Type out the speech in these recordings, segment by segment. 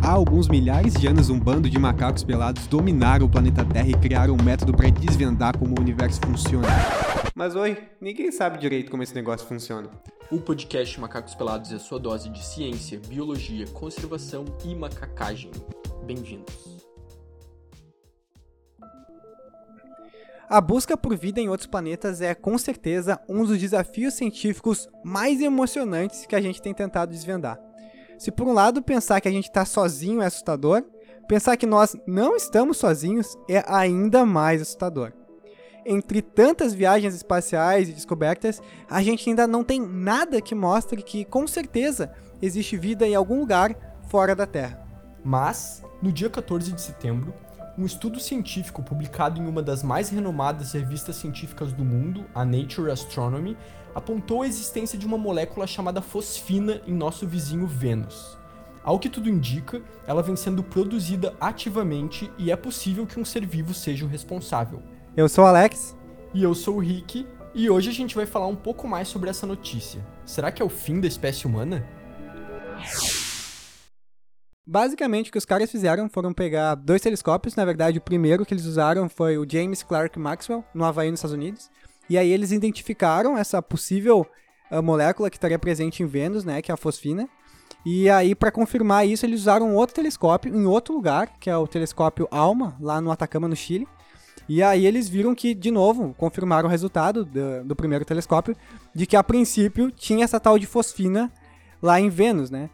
Há alguns milhares de anos, um bando de macacos pelados dominaram o planeta Terra e criaram um método para desvendar como o universo funciona. Mas oi, ninguém sabe direito como esse negócio funciona. O podcast Macacos Pelados é sua dose de ciência, biologia, conservação e macacagem. Bem-vindos. A busca por vida em outros planetas é, com certeza, um dos desafios científicos mais emocionantes que a gente tem tentado desvendar. Se por um lado pensar que a gente está sozinho é assustador, pensar que nós não estamos sozinhos é ainda mais assustador. Entre tantas viagens espaciais e descobertas, a gente ainda não tem nada que mostre que, com certeza, existe vida em algum lugar fora da Terra. Mas, no dia 14 de setembro, um estudo científico publicado em uma das mais renomadas revistas científicas do mundo, a Nature Astronomy, apontou a existência de uma molécula chamada fosfina em nosso vizinho Vênus. Ao que tudo indica, ela vem sendo produzida ativamente e é possível que um ser vivo seja o responsável. Eu sou o Alex. E eu sou o Rick, e hoje a gente vai falar um pouco mais sobre essa notícia. Será que é o fim da espécie humana? Basicamente, o que os caras fizeram foram pegar 2 telescópios. Na verdade, o primeiro que eles usaram foi o James Clerk Maxwell, no Havaí, nos Estados Unidos. E aí eles identificaram essa possível molécula que estaria presente em Vênus, né, que é a fosfina. E aí, para confirmar isso, eles usaram outro telescópio em outro lugar, que é o telescópio ALMA, lá no Atacama, no Chile. E aí eles viram que, de novo, confirmaram o resultado do primeiro telescópio, de que a princípio tinha essa tal de fosfina lá em Vênus, né?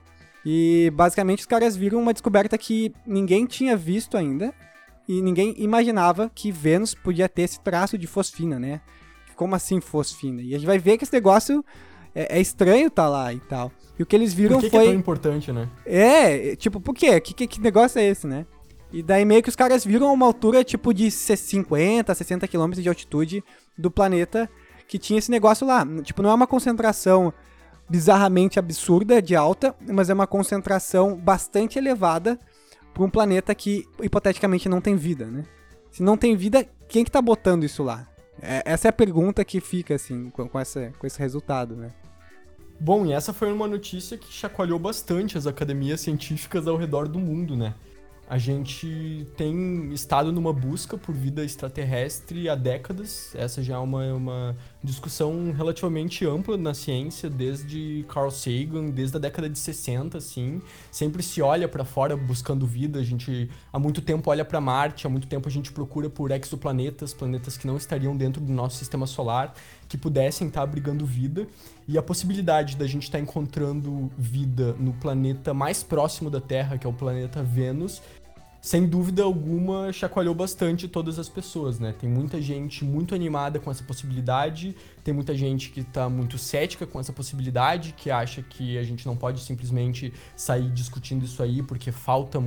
E basicamente os caras viram uma descoberta que ninguém tinha visto ainda, e ninguém imaginava que Vênus podia ter esse traço de fosfina, né? Como assim fosfina? E a gente vai ver que esse negócio é estranho tá lá e tal. E o que eles viram foi... Por que é tão importante, né? Tipo, por quê? Que negócio é esse, né? E daí meio que os caras viram uma altura tipo de 50, 60 km de altitude do planeta que tinha esse negócio lá. Tipo, não é uma concentração bizarramente absurda de alta, mas é uma concentração bastante elevada para um planeta que hipoteticamente não tem vida, né? Se não tem vida, quem que tá botando isso lá? Essa é a pergunta que fica, assim, com esse resultado, né? Bom, e essa foi uma notícia que chacoalhou bastante as academias científicas ao redor do mundo, né? A gente tem estado numa busca por vida extraterrestre há décadas. Essa já é uma discussão relativamente ampla na ciência, desde Carl Sagan, desde a década de 60, assim. Sempre se olha para fora buscando vida. A gente há muito tempo olha para Marte, há muito tempo a gente procura por exoplanetas, planetas que não estariam dentro do nosso sistema solar, que pudessem estar abrigando vida. E a possibilidade da gente estar encontrando vida no planeta mais próximo da Terra, que é o planeta Vênus, sem dúvida alguma, chacoalhou bastante todas as pessoas, né? Tem muita gente muito animada com essa possibilidade, tem muita gente que tá muito cética com essa possibilidade, que acha que a gente não pode simplesmente sair discutindo isso aí porque falta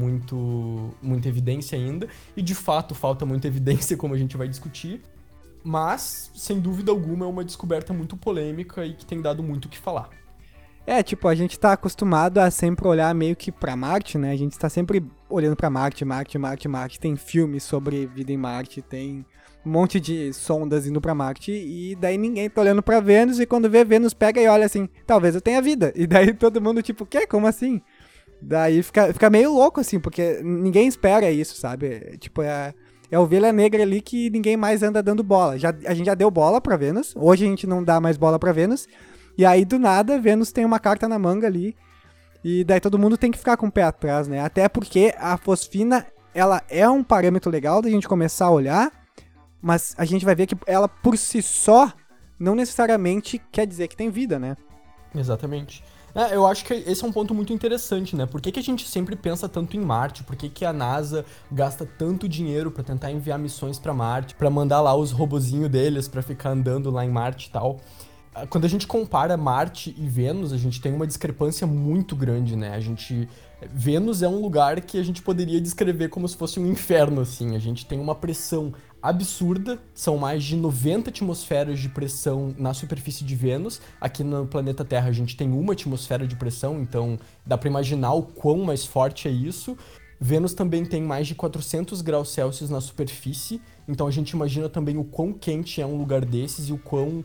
muita evidência ainda, e de fato falta muita evidência, como a gente vai discutir. Mas, sem dúvida alguma, é uma descoberta muito polêmica e que tem dado muito o que falar. Tipo, a gente tá acostumado a sempre olhar meio que pra Marte, né? A gente tá sempre olhando pra Marte. Tem filmes sobre vida em Marte, tem um monte de sondas indo pra Marte, e daí ninguém tá olhando pra Vênus, e quando vê Vênus pega e olha assim, talvez eu tenha vida. E daí todo mundo tipo, quê? Como assim? Daí fica meio louco, assim, porque ninguém espera isso, sabe? Tipo, é a ovelha negra ali que ninguém mais anda dando bola. A gente já deu bola pra Vênus, hoje a gente não dá mais bola pra Vênus, e aí do nada Vênus tem uma carta na manga ali, e daí todo mundo tem que ficar com o pé atrás, né? Até porque a fosfina, ela é um parâmetro legal da gente começar a olhar, mas a gente vai ver que ela por si só não necessariamente quer dizer que tem vida, né? Exatamente. Eu acho que esse é um ponto muito interessante, né? Por que a gente sempre pensa tanto em Marte? Por que a NASA gasta tanto dinheiro pra tentar enviar missões pra Marte, pra mandar lá os robozinhos deles pra ficar andando lá em Marte e tal? Quando a gente compara Marte e Vênus, a gente tem uma discrepância muito grande, né? Vênus é um lugar que a gente poderia descrever como se fosse um inferno, assim. A gente tem uma pressão absurda, são mais de 90 atmosferas de pressão na superfície de Vênus. Aqui no planeta Terra a gente tem uma atmosfera de pressão, então dá pra imaginar o quão mais forte é isso. Vênus também tem mais de 400 graus Celsius na superfície, então a gente imagina também o quão quente é um lugar desses e o quão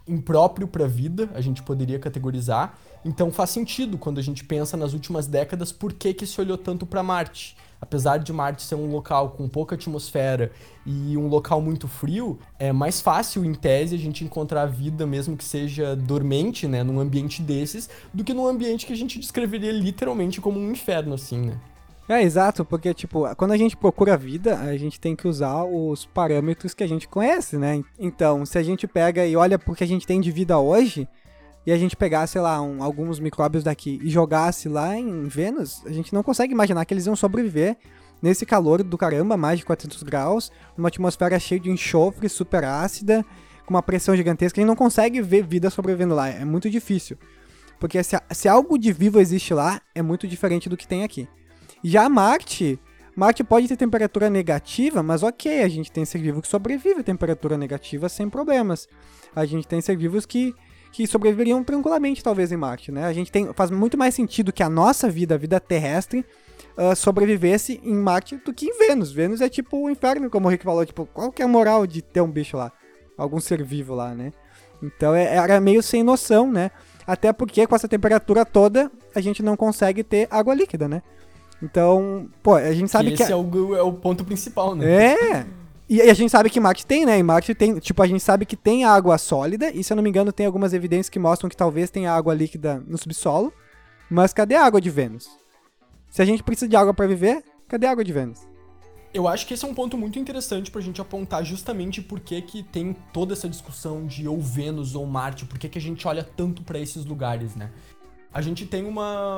impróprio para a vida, a gente poderia categorizar. Então faz sentido quando a gente pensa nas últimas décadas por que se olhou tanto para Marte. Apesar de Marte ser um local com pouca atmosfera e um local muito frio, é mais fácil, em tese, a gente encontrar vida, mesmo que seja dormente, né, num ambiente desses, do que num ambiente que a gente descreveria literalmente como um inferno, assim, né? Exato, porque, tipo, quando a gente procura vida, a gente tem que usar os parâmetros que a gente conhece, né? Então, se a gente pega e olha pro que a gente tem de vida hoje, e a gente pegasse, sei lá, alguns micróbios daqui e jogasse lá em Vênus, a gente não consegue imaginar que eles iam sobreviver nesse calor do caramba, mais de 400 graus, numa atmosfera cheia de enxofre, super ácida, com uma pressão gigantesca. A gente não consegue ver vida sobrevivendo lá, é muito difícil. Porque se algo de vivo existe lá, é muito diferente do que tem aqui. Já Marte pode ter temperatura negativa, mas ok, a gente tem ser vivo que sobrevive a temperatura negativa sem problemas. A gente tem ser vivos que sobreviveriam tranquilamente, talvez, em Marte, né? Faz muito mais sentido que a nossa vida, a vida terrestre, sobrevivesse em Marte do que em Vênus. Vênus é tipo o inferno, como o Rick falou, tipo, qual que é a moral de ter um bicho lá? Algum ser vivo lá, né? Então era meio sem noção, né? Até porque com essa temperatura toda, a gente não consegue ter água líquida, né? Então, pô, a gente sabe que... Esse é o ponto principal, né? E a gente sabe que Marte tem, né? Em Marte tem, tipo, a gente sabe que tem água sólida, e se eu não me engano tem algumas evidências que mostram que talvez tenha água líquida no subsolo, mas cadê a água de Vênus? Se a gente precisa de água pra viver, cadê a água de Vênus? Eu acho que esse é um ponto muito interessante pra gente apontar justamente por que tem toda essa discussão de ou Vênus ou Marte, por que a gente olha tanto pra esses lugares, né? A gente tem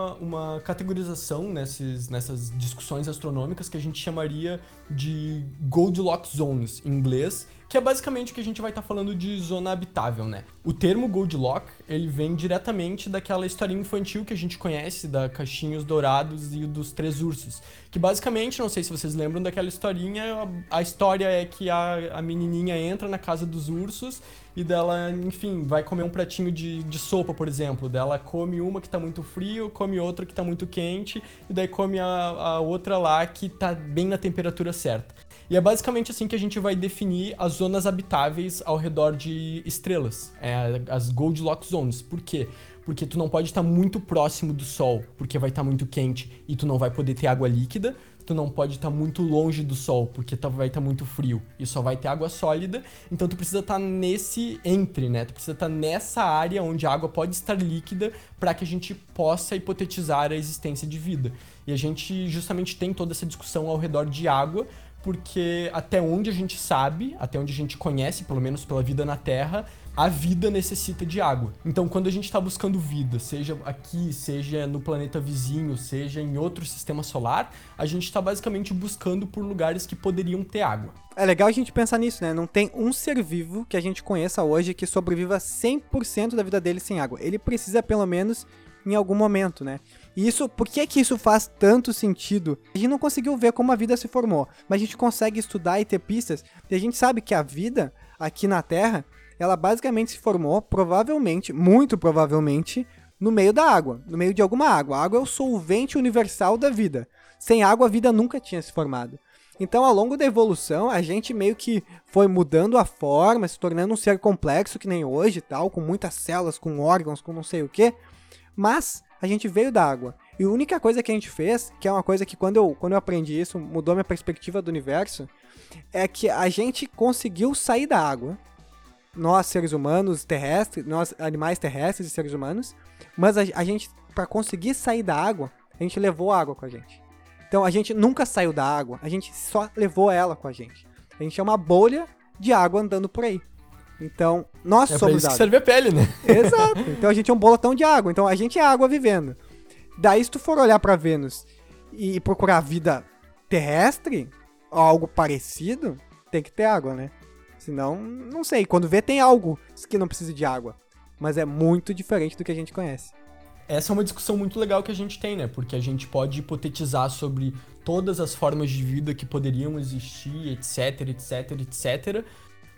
uma categorização nessas discussões astronômicas que a gente chamaria de Goldilocks Zones, em inglês, que é basicamente o que a gente vai estar falando de zona habitável, né? O termo Goldilocks, ele vem diretamente daquela historinha infantil que a gente conhece, da Caixinhos Dourados e dos Três Ursos, que basicamente, não sei se vocês lembram daquela historinha, a história é que a menininha entra na casa dos ursos e dela, enfim, vai comer um pratinho de sopa, por exemplo. Dela come uma que tá muito frio, come outra que tá muito quente, e daí come a outra lá que tá bem na temperatura certa. E é basicamente assim que a gente vai definir as zonas habitáveis ao redor de estrelas, as Goldilocks Zones. Por quê? Porque tu não pode estar muito próximo do Sol, porque vai estar muito quente e tu não vai poder ter água líquida. Tu não pode estar muito longe do Sol, porque vai estar muito frio e só vai ter água sólida. Então tu precisa estar nesse né? Tu precisa estar nessa área onde a água pode estar líquida para que a gente possa hipotetizar a existência de vida. E a gente justamente tem toda essa discussão ao redor de água, porque até onde a gente sabe, até onde a gente conhece, pelo menos pela vida na Terra, a vida necessita de água. Então, quando a gente está buscando vida, seja aqui, seja no planeta vizinho, seja em outro sistema solar, a gente está basicamente buscando por lugares que poderiam ter água. É legal a gente pensar nisso, né? Não tem um ser vivo que a gente conheça hoje que sobreviva 100% da vida dele sem água. Ele precisa, pelo menos, em algum momento, né? E isso, por que isso faz tanto sentido? A gente não conseguiu ver como a vida se formou, mas a gente consegue estudar e ter pistas, e a gente sabe que a vida aqui na Terra, ela basicamente se formou, provavelmente, muito provavelmente, no meio da água, no meio de alguma água. A água é o solvente universal da vida. Sem água, a vida nunca tinha se formado. Então, ao longo da evolução, a gente meio que foi mudando a forma, se tornando um ser complexo que nem hoje, tal, com muitas células, com órgãos, com não sei o quê. Mas a gente veio da água. E a única coisa que a gente fez, que é uma coisa que quando eu aprendi isso, mudou minha perspectiva do universo, é que a gente conseguiu sair da água. Nós, seres humanos terrestres, nós, animais terrestres e seres humanos, mas a gente, para conseguir sair da água, a gente levou a água com a gente. Então, a gente nunca saiu da água, a gente só levou ela com a gente. A gente é uma bolha de água andando por aí. Então, nós somos água. É pra isso que serve a pele, né? Exato. Então, a gente é um bolotão de água. Então, a gente é água vivendo. Daí, se tu for olhar pra Vênus e procurar vida terrestre, ou algo parecido, tem que ter água, né? Senão, não sei. Quando vê, tem algo que não precisa de água. Mas é muito diferente do que a gente conhece. Essa é uma discussão muito legal que a gente tem, né? Porque a gente pode hipotetizar sobre todas as formas de vida que poderiam existir, etc, etc, etc.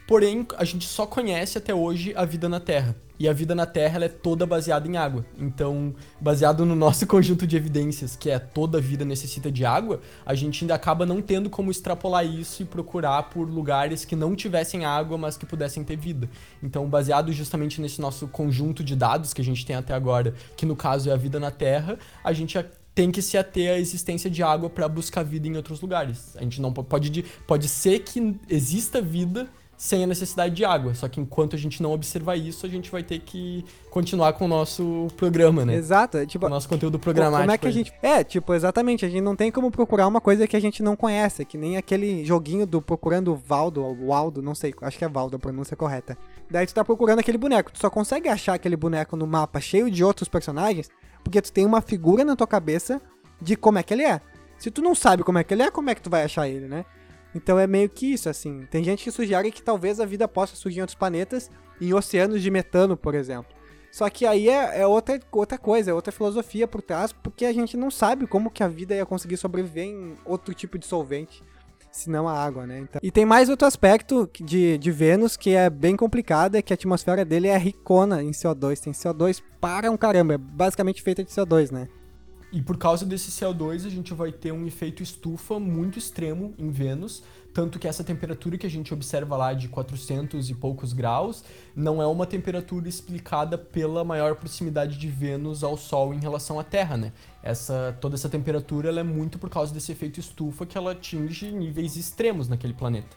Porém, a gente só conhece até hoje a vida na Terra. E a vida na Terra ela é toda baseada em água. Então, baseado no nosso conjunto de evidências, que é toda a vida necessita de água, a gente ainda acaba não tendo como extrapolar isso e procurar por lugares que não tivessem água, mas que pudessem ter vida. Então, baseado justamente nesse nosso conjunto de dados que a gente tem até agora, que no caso é a vida na Terra, a gente tem que se ater à existência de água para buscar vida em outros lugares. A gente não pode ser que exista vida sem a necessidade de água. Só que enquanto a gente não observar isso, a gente vai ter que continuar com o nosso programa, né? Exato. Tipo, o nosso conteúdo programático. Como é que a gente... exatamente. A gente não tem como procurar uma coisa que a gente não conhece. Que nem aquele joguinho do procurando o Waldo, não sei, acho que é Waldo a pronúncia correta. Daí tu tá procurando aquele boneco. Tu só consegue achar aquele boneco no mapa cheio de outros personagens porque tu tem uma figura na tua cabeça de como é que ele é. Se tu não sabe como é que ele é, como é que tu vai achar ele, né? Então é meio que isso, assim. Tem gente que sugere que talvez a vida possa surgir em outros planetas, em oceanos de metano, por exemplo. Só que aí é outra coisa, é outra filosofia por trás, porque a gente não sabe como que a vida ia conseguir sobreviver em outro tipo de solvente, senão a água, né? Então... E tem mais outro aspecto de Vênus que é bem complicado, é que a atmosfera dele é ricona em CO2. Tem CO2 para um caramba, é basicamente feita de CO2, né? E por causa desse CO2, a gente vai ter um efeito estufa muito extremo em Vênus, tanto que essa temperatura que a gente observa lá de 400 e poucos graus não é uma temperatura explicada pela maior proximidade de Vênus ao Sol em relação à Terra, né? Toda essa temperatura ela é muito por causa desse efeito estufa que ela atinge níveis extremos naquele planeta.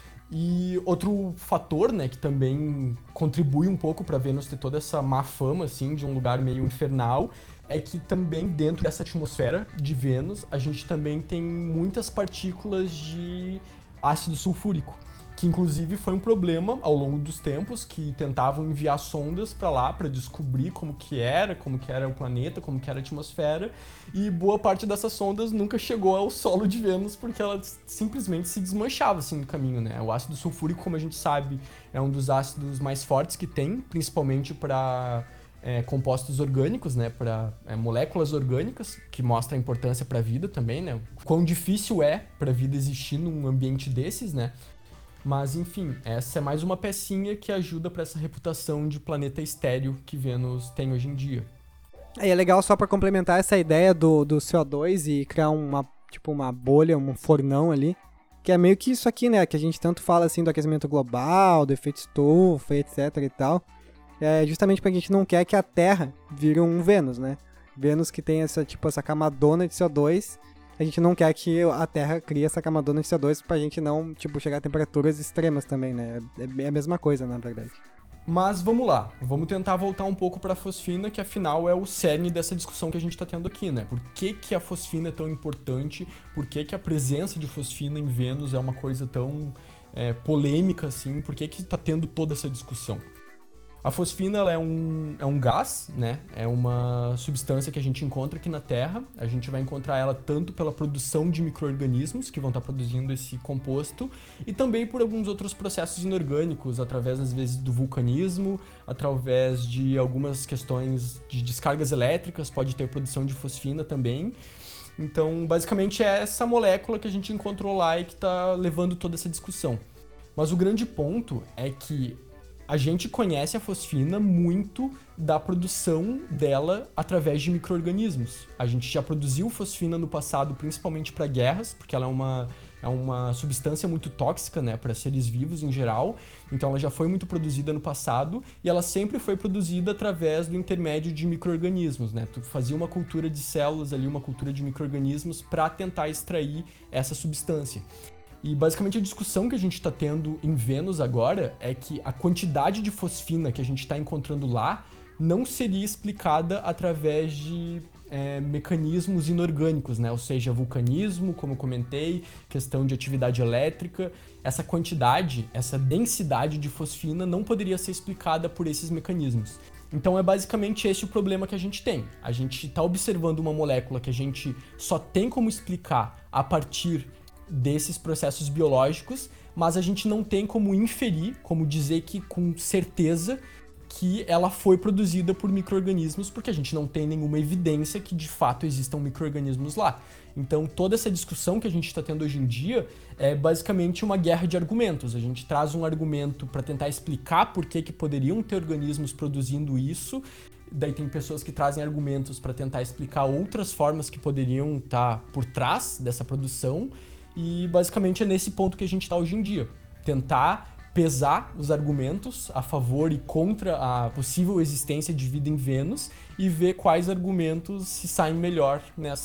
E outro fator, né, que também contribui um pouco para Vênus ter toda essa má fama, assim, de um lugar meio infernal, é que também dentro dessa atmosfera de Vênus, a gente também tem muitas partículas de ácido sulfúrico, que inclusive foi um problema ao longo dos tempos, que tentavam enviar sondas para lá para descobrir como que era o planeta, como que era a atmosfera, e boa parte dessas sondas nunca chegou ao solo de Vênus porque ela simplesmente se desmanchava assim no caminho, né? O ácido sulfúrico, como a gente sabe, é um dos ácidos mais fortes que tem, principalmente para compostos orgânicos, né, para moléculas orgânicas, que mostra a importância para a vida também, né, quão difícil é para a vida existir num ambiente desses, né, mas enfim, essa é mais uma pecinha que ajuda para essa reputação de planeta estéril que Vênus tem hoje em dia. É legal só para complementar essa ideia do CO2 e criar uma bolha, um fornão ali, que é meio que isso aqui, né, que a gente tanto fala assim do aquecimento global, do efeito estufa, etc e tal. É justamente porque a gente não quer que a Terra vire um Vênus, né? Vênus que tem essa camadona de CO2, a gente não quer que a Terra crie essa camadona de CO2 pra gente não, chegar a temperaturas extremas também, né? É a mesma coisa, na verdade. Mas vamos lá, vamos tentar voltar um pouco pra fosfina, que afinal é o cerne dessa discussão que a gente tá tendo aqui, né? Por que a fosfina é tão importante? Por que a presença de fosfina em Vênus é uma coisa tão polêmica assim? Por que tá tendo toda essa discussão? A fosfina ela é um gás, né? É uma substância que a gente encontra aqui na Terra. A gente vai encontrar ela tanto pela produção de micro-organismos que vão estar produzindo esse composto e também por alguns outros processos inorgânicos, através, às vezes, do vulcanismo, através de algumas questões de descargas elétricas, pode ter produção de fosfina também. Então, basicamente, é essa molécula que a gente encontrou lá e que está levando toda essa discussão. Mas o grande ponto é que a gente conhece a fosfina muito da produção dela através de micro-organismos. A gente já produziu fosfina no passado, principalmente para guerras, porque ela é uma substância muito tóxica, né, para seres vivos em geral. Então ela já foi muito produzida no passado e ela sempre foi produzida através do intermédio de micro-organismos, né? Tu fazia uma cultura de células ali, uma cultura de micro-organismos para tentar extrair essa substância. E basicamente a discussão que a gente está tendo em Vênus agora é que a quantidade de fosfina que a gente está encontrando lá não seria explicada através de mecanismos inorgânicos, né? Ou seja, vulcanismo, como eu comentei, questão de atividade elétrica. Essa quantidade, essa densidade de fosfina não poderia ser explicada por esses mecanismos. Então é basicamente esse o problema que a gente tem. A gente está observando uma molécula que a gente só tem como explicar a partir desses processos biológicos, mas a gente não tem como inferir, como dizer que com certeza que ela foi produzida por micro-organismos, porque a gente não tem nenhuma evidência que de fato existam micro-organismos lá. Então toda essa discussão que a gente está tendo hoje em dia é basicamente uma guerra de argumentos. A gente traz um argumento para tentar explicar por que poderiam ter organismos produzindo isso, daí tem pessoas que trazem argumentos para tentar explicar outras formas que poderiam estar por trás dessa produção, e basicamente é nesse ponto que a gente está hoje em dia. Tentar pesar os argumentos a favor e contra a possível existência de vida em Vênus e ver quais argumentos se saem melhor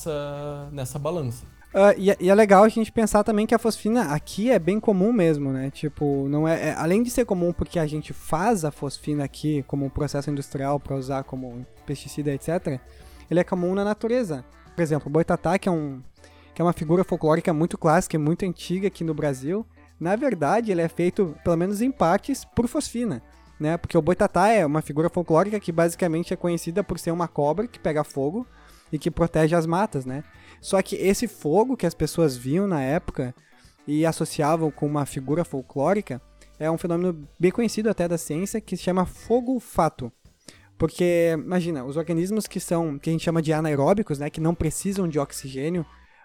nessa balança. E é legal a gente pensar também que a fosfina aqui é bem comum mesmo, né? Tipo, não além de ser comum porque a gente faz a fosfina aqui como um processo industrial para usar como pesticida, etc., ele é comum na natureza. Por exemplo, o boitatá, que é uma figura folclórica muito clássica e muito antiga aqui no Brasil, na verdade, ele é feito, pelo menos em partes, por fosfina, né? Porque o boitatá é uma figura folclórica que basicamente é conhecida por ser uma cobra que pega fogo e que protege as matas, né? Só que esse fogo que as pessoas viam na época e associavam com uma figura folclórica é um fenômeno bem conhecido até da ciência que se chama fogo-fato. Porque, imagina, os organismos que a gente chama de anaeróbicos, né? Que não precisam de oxigênio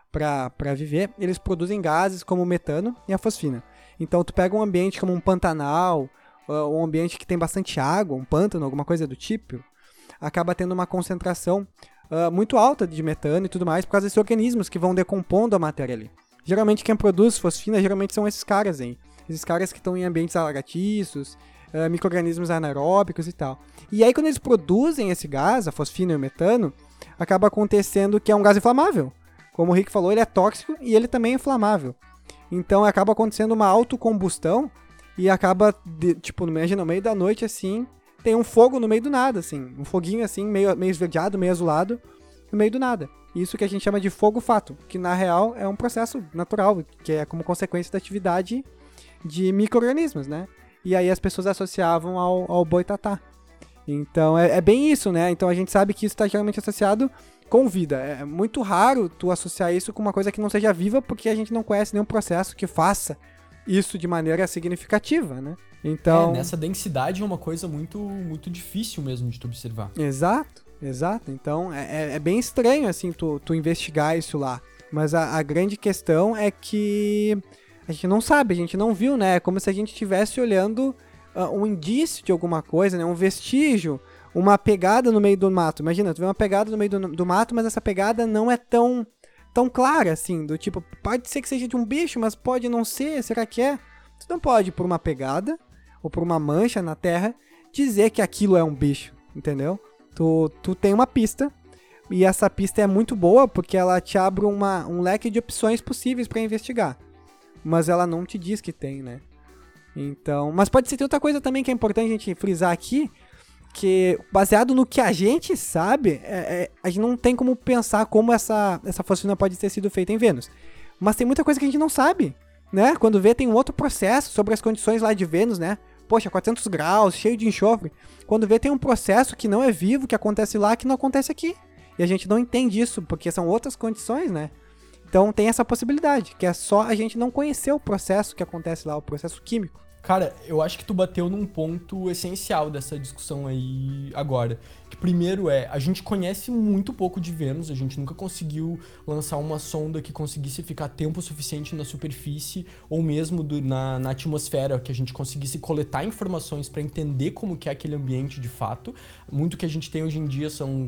para viver, eles produzem gases como o metano e a fosfina. Então tu pega um ambiente como um pantanal, um ambiente que tem bastante água, um pântano, alguma coisa do tipo, acaba tendo uma concentração muito alta de metano e tudo mais, por causa desses organismos que vão decompondo a matéria ali. Geralmente quem produz fosfina são esses caras aí. Esses caras que estão em ambientes alagatiços, micro-organismos anaeróbicos e tal. E aí quando eles produzem esse gás, a fosfina e o metano, acaba acontecendo que é um gás inflamável. Como o Rick falou, ele é tóxico e ele também é inflamável. Então acaba acontecendo uma autocombustão e acaba, imagina, no meio da noite, assim, tem um fogo no meio do nada, assim. Um foguinho, assim, meio esverdeado, meio azulado, no meio do nada. Isso que a gente chama de fogo-fato, que na real é um processo natural, que é como consequência da atividade de micro-organismos, né? E aí as pessoas associavam ao boitatá. Então é bem isso, né? Então a gente sabe que isso está geralmente associado com vida. É muito raro tu associar isso com uma coisa que não seja viva, porque a gente não conhece nenhum processo que faça isso de maneira significativa, né? Então... nessa densidade é uma coisa muito, muito difícil mesmo de tu observar. Exato. Então é bem estranho, assim, tu investigar isso lá. Mas a grande questão é que a gente não sabe, a gente não viu, né? É como se a gente estivesse olhando um indício de alguma coisa, né? Um vestígio, uma pegada no meio do mato. Imagina, tu vê uma pegada no meio do mato, mas essa pegada não é tão clara, assim, do tipo, pode ser que seja de um bicho, mas pode não ser, será que é? Tu não pode, por uma pegada, ou por uma mancha na terra, dizer que aquilo é um bicho, entendeu? Tu tem uma pista, e essa pista é muito boa, porque ela te abre um leque de opções possíveis pra investigar. Mas ela não te diz que tem, né? Então, mas pode ser outra coisa também que é importante a gente frisar aqui, que baseado no que a gente sabe, a gente não tem como pensar como essa fosfina pode ter sido feita em Vênus. Mas tem muita coisa que a gente não sabe, né? Quando vê, tem um outro processo sobre as condições lá de Vênus, né? Poxa, 400 graus, cheio de enxofre. Quando vê, tem um processo que não é vivo, que acontece lá, que não acontece aqui. E a gente não entende isso, porque são outras condições, né? Então tem essa possibilidade, que é só a gente não conhecer o processo que acontece lá, o processo químico. Cara, eu acho que tu bateu num ponto essencial dessa discussão aí agora. Que primeiro a gente conhece muito pouco de Vênus, a gente nunca conseguiu lançar uma sonda que conseguisse ficar tempo suficiente na superfície ou mesmo na atmosfera, que a gente conseguisse coletar informações para entender como que é aquele ambiente de fato. Muito que a gente tem hoje em dia são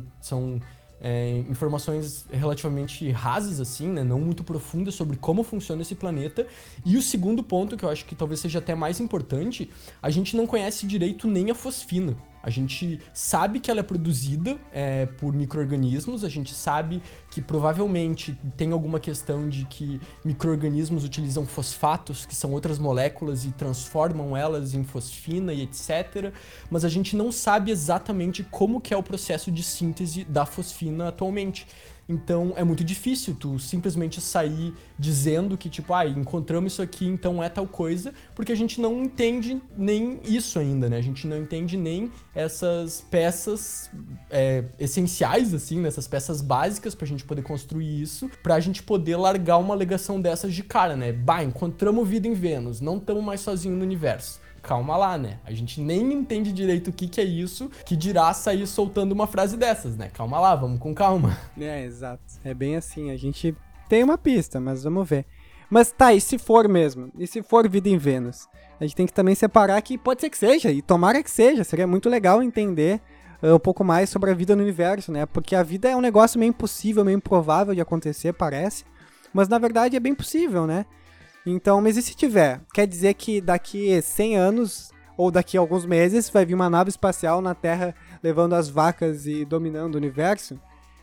informações relativamente rasas, assim, né? Não muito profundas sobre como funciona esse planeta. E o segundo ponto, que eu acho que talvez seja até mais importante, a gente não conhece direito nem a fosfina. A gente sabe que ela é produzida por micro-organismos, a gente sabe que provavelmente tem alguma questão de que micro-organismos utilizam fosfatos, que são outras moléculas, e transformam elas em fosfina e etc. Mas a gente não sabe exatamente como que é o processo de síntese da fosfina atualmente. Então é muito difícil tu simplesmente sair dizendo que tipo, encontramos isso aqui, então é tal coisa, porque a gente não entende nem isso ainda, né? A gente não entende nem essas peças essenciais, assim, né? Essas peças básicas pra gente poder construir isso, pra gente poder largar uma alegação dessas de cara, né? Encontramos vida em Vênus, não estamos mais sozinhos no universo. calma lá, né? A gente nem entende direito o que é isso, que dirá sair soltando uma frase dessas, né? Calma lá, vamos com calma. Exato. É bem assim, a gente tem uma pista, mas vamos ver. Mas tá, e se for mesmo? E se for vida em Vênus? A gente tem que também separar que pode ser que seja, e tomara que seja. Seria muito legal entender um pouco mais sobre a vida no universo, né? Porque a vida é um negócio meio impossível, meio improvável de acontecer, parece. Mas na verdade é bem possível, né? Então, mas e se tiver? Quer dizer que daqui 100 anos, ou daqui a alguns meses, vai vir uma nave espacial na Terra levando as vacas e dominando o universo?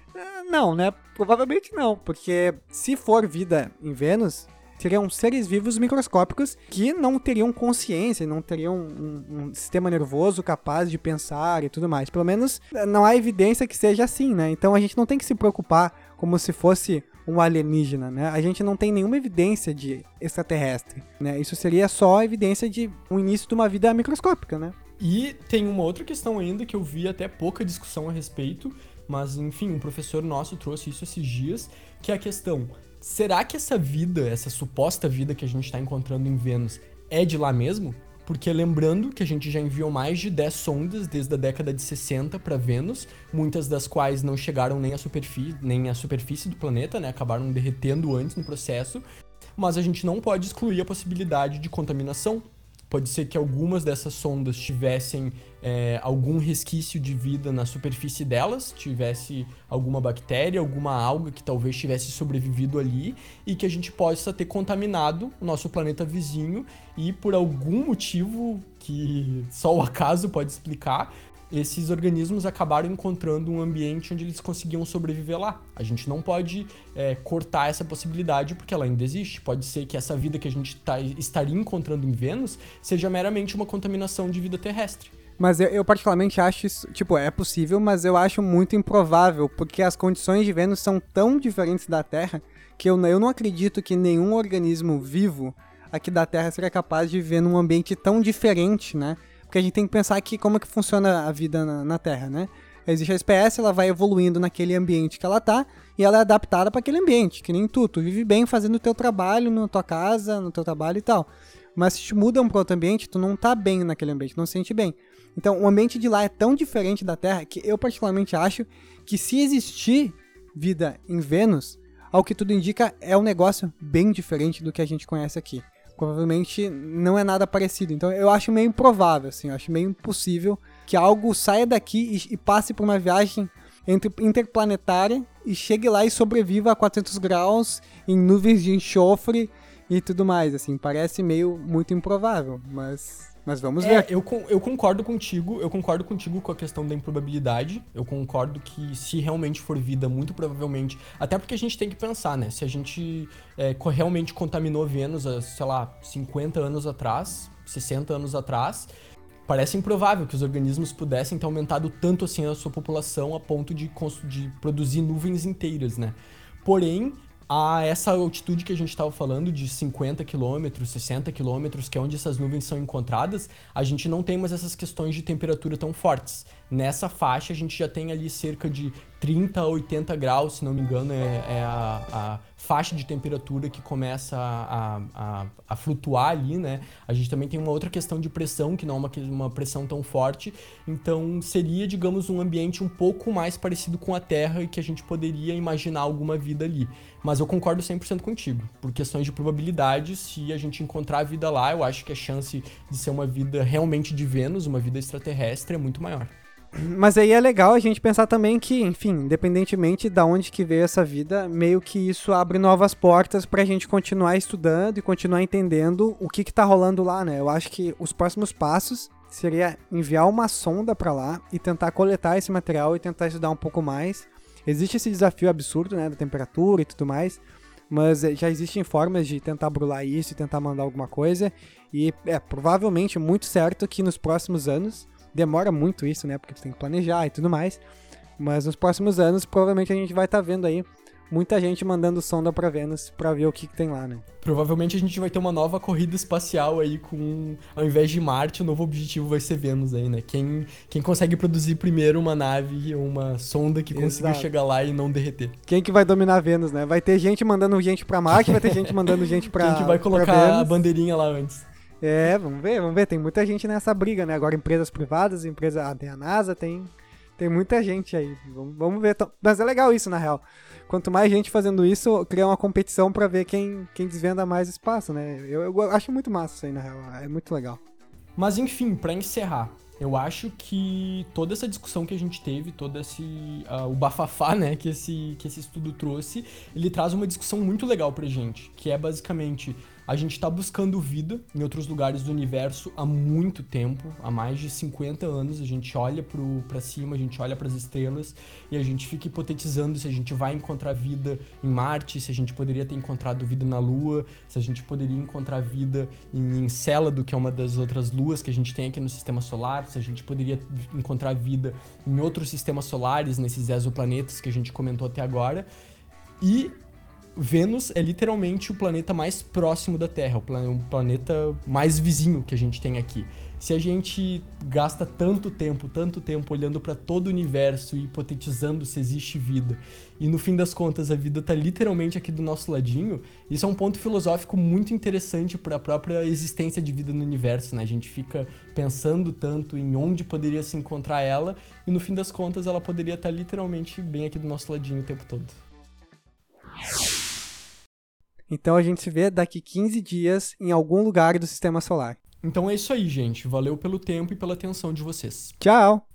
Não, né? Provavelmente não, porque se for vida em Vênus, seriam seres vivos microscópicos que não teriam consciência, não teriam um sistema nervoso capaz de pensar e tudo mais. Pelo menos não há evidência que seja assim, né? Então a gente não tem que se preocupar como se fosse um alienígena, né? A gente não tem nenhuma evidência de extraterrestre, né? Isso seria só evidência de um início de uma vida microscópica, né? E tem uma outra questão ainda que eu vi até pouca discussão a respeito, mas enfim, um professor nosso trouxe isso esses dias, que é a questão: será que essa vida, essa suposta vida que a gente está encontrando em Vênus é de lá mesmo? Porque lembrando que a gente já enviou mais de 10 sondas desde a década de 60 para Vênus, muitas das quais não chegaram nem à superfície do planeta, né? Acabaram derretendo antes no processo, mas a gente não pode excluir a possibilidade de contaminação. Pode ser que algumas dessas sondas tivessem algum resquício de vida na superfície delas, tivesse alguma bactéria, alguma alga que talvez tivesse sobrevivido ali e que a gente possa ter contaminado o nosso planeta vizinho e por algum motivo que só o acaso pode explicar, esses organismos acabaram encontrando um ambiente onde eles conseguiam sobreviver lá. A gente não pode cortar essa possibilidade porque ela ainda existe. Pode ser que essa vida que a gente estaria encontrando em Vênus seja meramente uma contaminação de vida terrestre. Mas eu particularmente acho isso, tipo, é possível, mas eu acho muito improvável, porque as condições de Vênus são tão diferentes da Terra que eu não acredito que nenhum organismo vivo aqui da Terra seria capaz de viver num ambiente tão diferente, né? Porque a gente tem que pensar aqui como é que funciona a vida na Terra, né? Existe a espécie, ela vai evoluindo naquele ambiente que ela tá, e ela é adaptada para aquele ambiente, que nem tu vive bem fazendo o teu trabalho, na tua casa, no teu trabalho e tal. Mas se te mudam para outro ambiente, tu não tá bem naquele ambiente, não se sente bem. Então, o ambiente de lá é tão diferente da Terra que eu particularmente acho que se existir vida em Vênus, ao que tudo indica, é um negócio bem diferente do que a gente conhece aqui. Provavelmente não é nada parecido. Então eu acho meio improvável, assim, eu acho meio impossível que algo saia daqui e passe por uma viagem interplanetária e chegue lá e sobreviva a 400 graus em nuvens de enxofre e tudo mais, assim, parece muito improvável, mas vamos ver. Eu concordo contigo com a questão da improbabilidade. Eu concordo que se realmente for vida, muito provavelmente, até porque a gente tem que pensar, né, se a gente realmente contaminou Vênus há, sei lá, 50 anos atrás, 60 anos atrás, parece improvável que os organismos pudessem ter aumentado tanto assim a sua população a ponto de produzir nuvens inteiras, né. Porém, a essa altitude que a gente estava falando, de 50 km, 60 km, que é onde essas nuvens são encontradas, a gente não tem mais essas questões de temperatura tão fortes. Nessa faixa a gente já tem ali cerca de 30 a 80 graus, se não me engano, é a faixa de temperatura que começa a flutuar ali, né? A gente também tem uma outra questão de pressão, que não é uma pressão tão forte, então seria, digamos, um ambiente um pouco mais parecido com a Terra e que a gente poderia imaginar alguma vida ali. Mas eu concordo 100% contigo. Por questões de probabilidade, se a gente encontrar a vida lá, eu acho que a chance de ser uma vida realmente de Vênus, uma vida extraterrestre, é muito maior. Mas aí é legal a gente pensar também que, enfim, independentemente de onde que veio essa vida, meio que isso abre novas portas pra gente continuar estudando e continuar entendendo o que tá rolando lá, né? Eu acho que os próximos passos seria enviar uma sonda pra lá e tentar coletar esse material e tentar estudar um pouco mais. Existe esse desafio absurdo, né, da temperatura e tudo mais, mas já existem formas de tentar burlar isso e tentar mandar alguma coisa, e é provavelmente muito certo que nos próximos anos, demora muito isso, né, porque tu tem que planejar e tudo mais, mas nos próximos anos provavelmente a gente vai estar vendo aí muita gente mandando sonda pra Vênus pra ver o que tem lá, né. Provavelmente a gente vai ter uma nova corrida espacial aí ao invés de Marte, o novo objetivo vai ser Vênus aí, né? Quem consegue produzir primeiro uma nave ou uma sonda que consiga chegar lá e não derreter. Quem que vai dominar Vênus, né? Vai ter gente mandando gente pra Marte, vai ter gente mandando gente pra Quem que vai colocar a bandeirinha lá antes. Vamos ver. Tem muita gente nessa briga, né? Agora empresas privadas, tem a NASA, tem muita gente aí. Vamos ver. Mas é legal isso, na real. Quanto mais gente fazendo isso, cria uma competição pra ver quem desvenda mais espaço, né? Eu acho muito massa isso aí, na real. É muito legal. Mas enfim, pra encerrar, eu acho que toda essa discussão que a gente teve, todo o bafafá, né, que esse estudo trouxe, ele traz uma discussão muito legal pra gente, que é basicamente a gente tá buscando vida em outros lugares do universo há muito tempo, há mais de 50 anos, a gente olha pra cima, a gente olha pras estrelas e a gente fica hipotetizando se a gente vai encontrar vida em Marte, se a gente poderia ter encontrado vida na Lua, se a gente poderia encontrar vida em Encélado, que é uma das outras luas que a gente tem aqui no Sistema Solar, se a gente poderia encontrar vida em outros sistemas solares, nesses exoplanetas que a gente comentou até agora. E Vênus é literalmente o planeta mais próximo da Terra, o planeta mais vizinho que a gente tem aqui. Se a gente gasta tanto tempo olhando para todo o universo e hipotetizando se existe vida, e no fim das contas a vida está literalmente aqui do nosso ladinho, isso é um ponto filosófico muito interessante para a própria existência de vida no universo, né? A gente fica pensando tanto em onde poderia se encontrar ela, e no fim das contas ela poderia estar literalmente bem aqui do nosso ladinho o tempo todo. Então a gente se vê daqui 15 dias em algum lugar do Sistema Solar. Então é isso aí, gente. Valeu pelo tempo e pela atenção de vocês. Tchau!